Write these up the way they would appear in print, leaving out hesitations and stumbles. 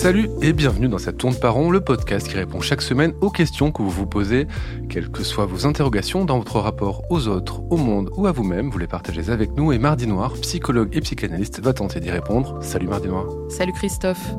Salut et bienvenue dans cette tourne par rond, le podcast qui répond chaque semaine aux questions que vous vous posez. Quelles que soient vos interrogations dans votre rapport aux autres, au monde ou à vous-même, vous les partagez avec nous et Mardi Noir, psychologue et psychanalyste, va tenter d'y répondre. Salut Mardi Noir. Salut Christophe.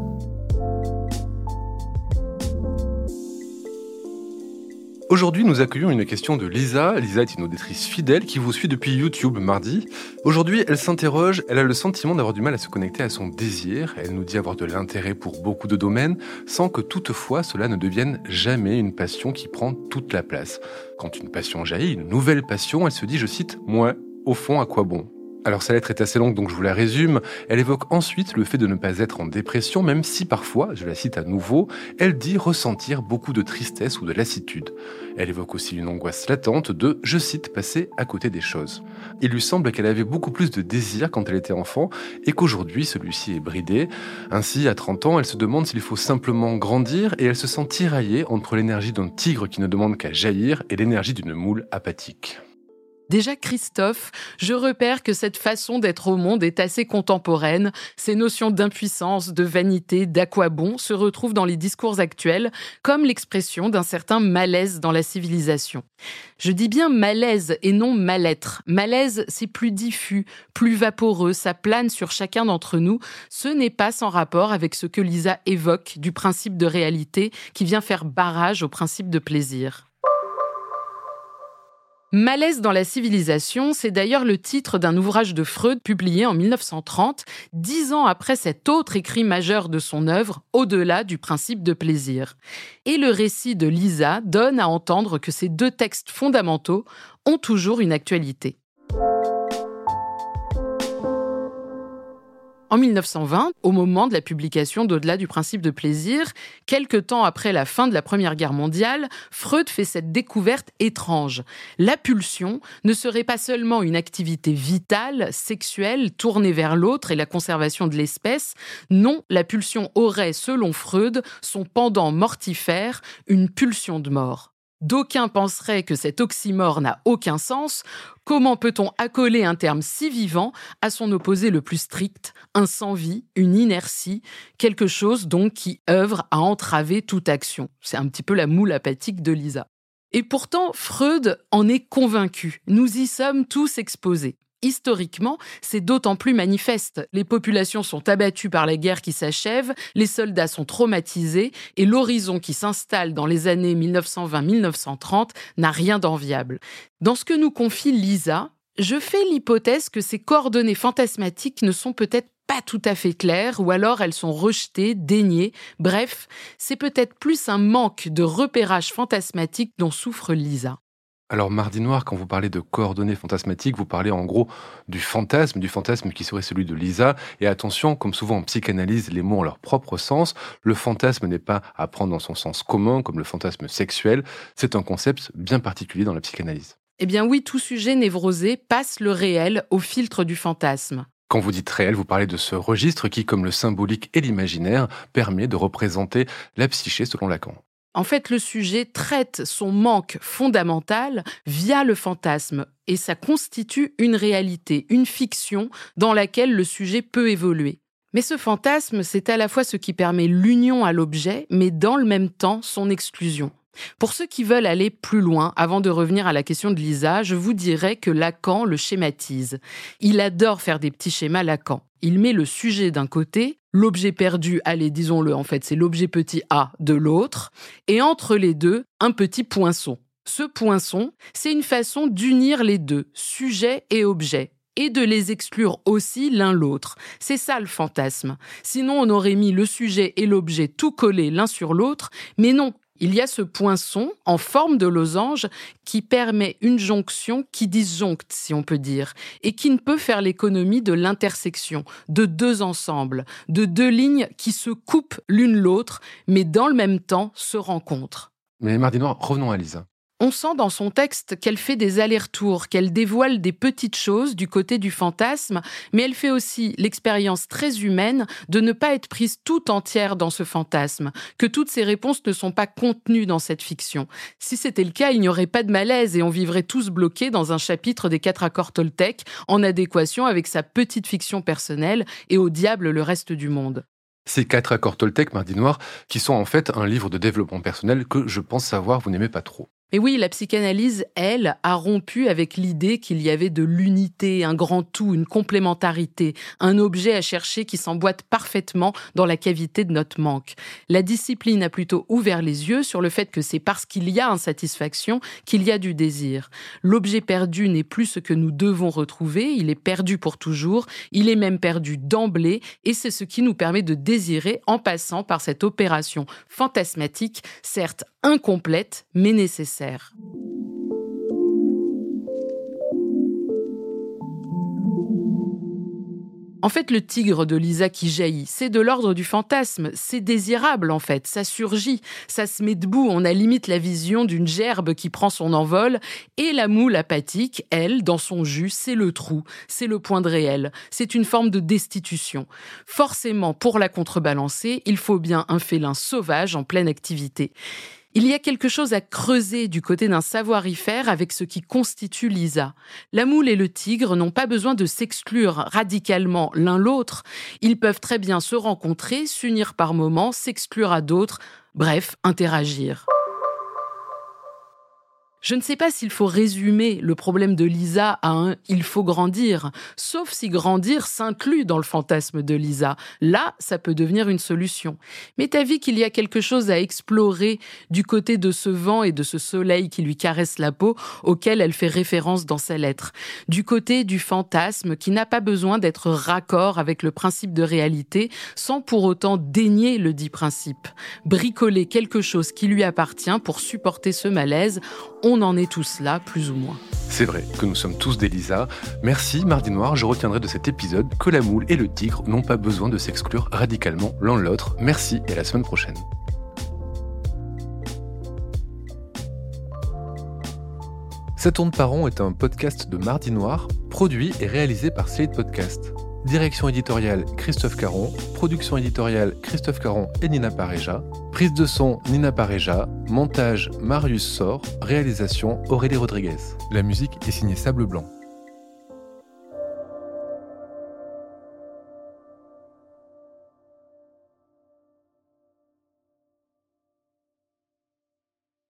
Aujourd'hui, nous accueillons une question de Lisa. Lisa est une auditrice fidèle qui vous suit depuis YouTube mardi. Aujourd'hui, elle s'interroge, elle a le sentiment d'avoir du mal à se connecter à son désir. Elle nous dit avoir de l'intérêt pour beaucoup de domaines, sans que toutefois cela ne devienne jamais une passion qui prend toute la place. Quand une passion jaillit, une nouvelle passion, elle se dit, je cite, « Moi, au fond, à quoi bon ?» Alors sa lettre est assez longue, donc je vous la résume. Elle évoque ensuite le fait de ne pas être en dépression, même si parfois, je la cite à nouveau, elle dit ressentir beaucoup de tristesse ou de lassitude. Elle évoque aussi une angoisse latente de, je cite, passer à côté des choses. Il lui semble qu'elle avait beaucoup plus de désir quand elle était enfant et qu'aujourd'hui, celui-ci est bridé. Ainsi, à 30 ans, elle se demande s'il faut simplement grandir et elle se sent tiraillée entre l'énergie d'un tigre qui ne demande qu'à jaillir et l'énergie d'une moule apathique. Déjà Christophe, je repère que cette façon d'être au monde est assez contemporaine. Ces notions d'impuissance, de vanité, d'à quoi bon se retrouvent dans les discours actuels, comme l'expression d'un certain malaise dans la civilisation. Je dis bien malaise et non mal-être. Malaise, c'est plus diffus, plus vaporeux, ça plane sur chacun d'entre nous. Ce n'est pas sans rapport avec ce que Lisa évoque du principe de réalité qui vient faire barrage au principe de plaisir. Malaise dans la civilisation, c'est d'ailleurs le titre d'un ouvrage de Freud publié en 1930, 10 ans après cet autre écrit majeur de son œuvre, Au-delà du principe de plaisir. Et le récit de Lisa donne à entendre que ces deux textes fondamentaux ont toujours une actualité. En 1920, au moment de la publication d'Au-delà du principe de plaisir, quelque temps après la fin de la Première Guerre mondiale, Freud fait cette découverte étrange. La pulsion ne serait pas seulement une activité vitale, sexuelle, tournée vers l'autre et la conservation de l'espèce. Non, la pulsion aurait, selon Freud, son pendant mortifère, une pulsion de mort. D'aucuns penseraient que cet oxymore n'a aucun sens. Comment peut-on accoler un terme si vivant à son opposé le plus strict, un sans-vie, une inertie, quelque chose donc qui œuvre à entraver toute action. C'est un petit peu la moule apathique de Lisa. Et pourtant, Freud en est convaincu. Nous y sommes tous exposés. Historiquement, c'est d'autant plus manifeste. Les populations sont abattues par la guerre qui s'achève, les soldats sont traumatisés et l'horizon qui s'installe dans les années 1920-1930 n'a rien d'enviable. Dans ce que nous confie Lisa, je fais l'hypothèse que ces coordonnées fantasmatiques ne sont peut-être pas tout à fait claires ou alors elles sont rejetées, déniées. Bref, c'est peut-être plus un manque de repérage fantasmatique dont souffre Lisa. Alors Mardi Noir, quand vous parlez de coordonnées fantasmatiques, vous parlez en gros du fantasme qui serait celui de Lisa. Et attention, comme souvent en psychanalyse, les mots ont leur propre sens. Le fantasme n'est pas à prendre dans son sens commun, comme le fantasme sexuel. C'est un concept bien particulier dans la psychanalyse. Eh bien oui, tout sujet névrosé passe le réel au filtre du fantasme. Quand vous dites réel, vous parlez de ce registre qui, comme le symbolique et l'imaginaire, permet de représenter la psyché selon Lacan. En fait, le sujet traite son manque fondamental via le fantasme et ça constitue une réalité, une fiction dans laquelle le sujet peut évoluer. Mais ce fantasme, c'est à la fois ce qui permet l'union à l'objet, mais dans le même temps son exclusion. Pour ceux qui veulent aller plus loin, avant de revenir à la question de Lisa, je vous dirais que Lacan le schématise. Il adore faire des petits schémas Lacan. Il met le sujet d'un côté, l'objet perdu, allez, disons-le, en fait, c'est l'objet petit a de l'autre, et entre les deux, un petit poinçon. Ce poinçon, c'est une façon d'unir les deux, sujet et objet, et de les exclure aussi l'un l'autre. C'est ça le fantasme. Sinon, on aurait mis le sujet et l'objet tout collés l'un sur l'autre, mais non. Il y a ce poinçon en forme de losange qui permet une jonction qui disjoncte, si on peut dire, et qui ne peut faire l'économie de l'intersection, de deux ensembles, de deux lignes qui se coupent l'une l'autre, mais dans le même temps se rencontrent. Mais Mardi Noir, revenons à Lisa. On sent dans son texte qu'elle fait des allers-retours, qu'elle dévoile des petites choses du côté du fantasme, mais elle fait aussi l'expérience très humaine de ne pas être prise tout entière dans ce fantasme, que toutes ses réponses ne sont pas contenues dans cette fiction. Si c'était le cas, il n'y aurait pas de malaise et on vivrait tous bloqués dans un chapitre des 4 accords Toltec, en adéquation avec sa petite fiction personnelle et au diable le reste du monde. Ces 4 accords Toltec, Mardi Noir, qui sont en fait un livre de développement personnel que je pense savoir vous n'aimez pas trop. Mais oui, la psychanalyse, elle, a rompu avec l'idée qu'il y avait de l'unité, un grand tout, une complémentarité, un objet à chercher qui s'emboîte parfaitement dans la cavité de notre manque. La discipline a plutôt ouvert les yeux sur le fait que c'est parce qu'il y a insatisfaction qu'il y a du désir. L'objet perdu n'est plus ce que nous devons retrouver, il est perdu pour toujours, il est même perdu d'emblée, et c'est ce qui nous permet de désirer en passant par cette opération fantasmatique, certes incomplète, mais nécessaire. En fait, le tigre de Lisa qui jaillit, c'est de l'ordre du fantasme, c'est désirable en fait, ça surgit, ça se met debout, on a limite la vision d'une gerbe qui prend son envol, et la moule apathique, elle, dans son jus, c'est le trou, c'est le point de réel, c'est une forme de destitution. Forcément, pour la contrebalancer, il faut bien un félin sauvage en pleine activité. Il y a quelque chose à creuser du côté d'un savoir-y-faire avec ce qui constitue Lisa. La moule et le tigre n'ont pas besoin de s'exclure radicalement l'un l'autre. Ils peuvent très bien se rencontrer, s'unir par moments, s'exclure à d'autres, bref, interagir. Je ne sais pas s'il faut résumer le problème de Lisa à un « il faut grandir », sauf si grandir s'inclut dans le fantasme de Lisa. Là, ça peut devenir une solution. Mais t'as vu qu'il y a quelque chose à explorer du côté de ce vent et de ce soleil qui lui caresse la peau, auquel elle fait référence dans sa lettre. Du côté du fantasme qui n'a pas besoin d'être raccord avec le principe de réalité, sans pour autant dénier le dit principe. Bricoler quelque chose qui lui appartient pour supporter ce malaise, on en est tous là, plus ou moins. C'est vrai que nous sommes tous des Lisa. Merci, Mardi Noir, je retiendrai de cet épisode que la moule et le tigre n'ont pas besoin de s'exclure radicalement l'un l'autre. Merci et à la semaine prochaine. Ça tourne par rond est un podcast de Mardi Noir, produit et réalisé par Slate Podcast. Direction éditoriale Christophe Caron, production éditoriale Christophe Caron et Nina Pareja, prise de son Nina Pareja, montage Marius Sor, réalisation Aurélie Rodriguez. La musique est signée Sable Blanc.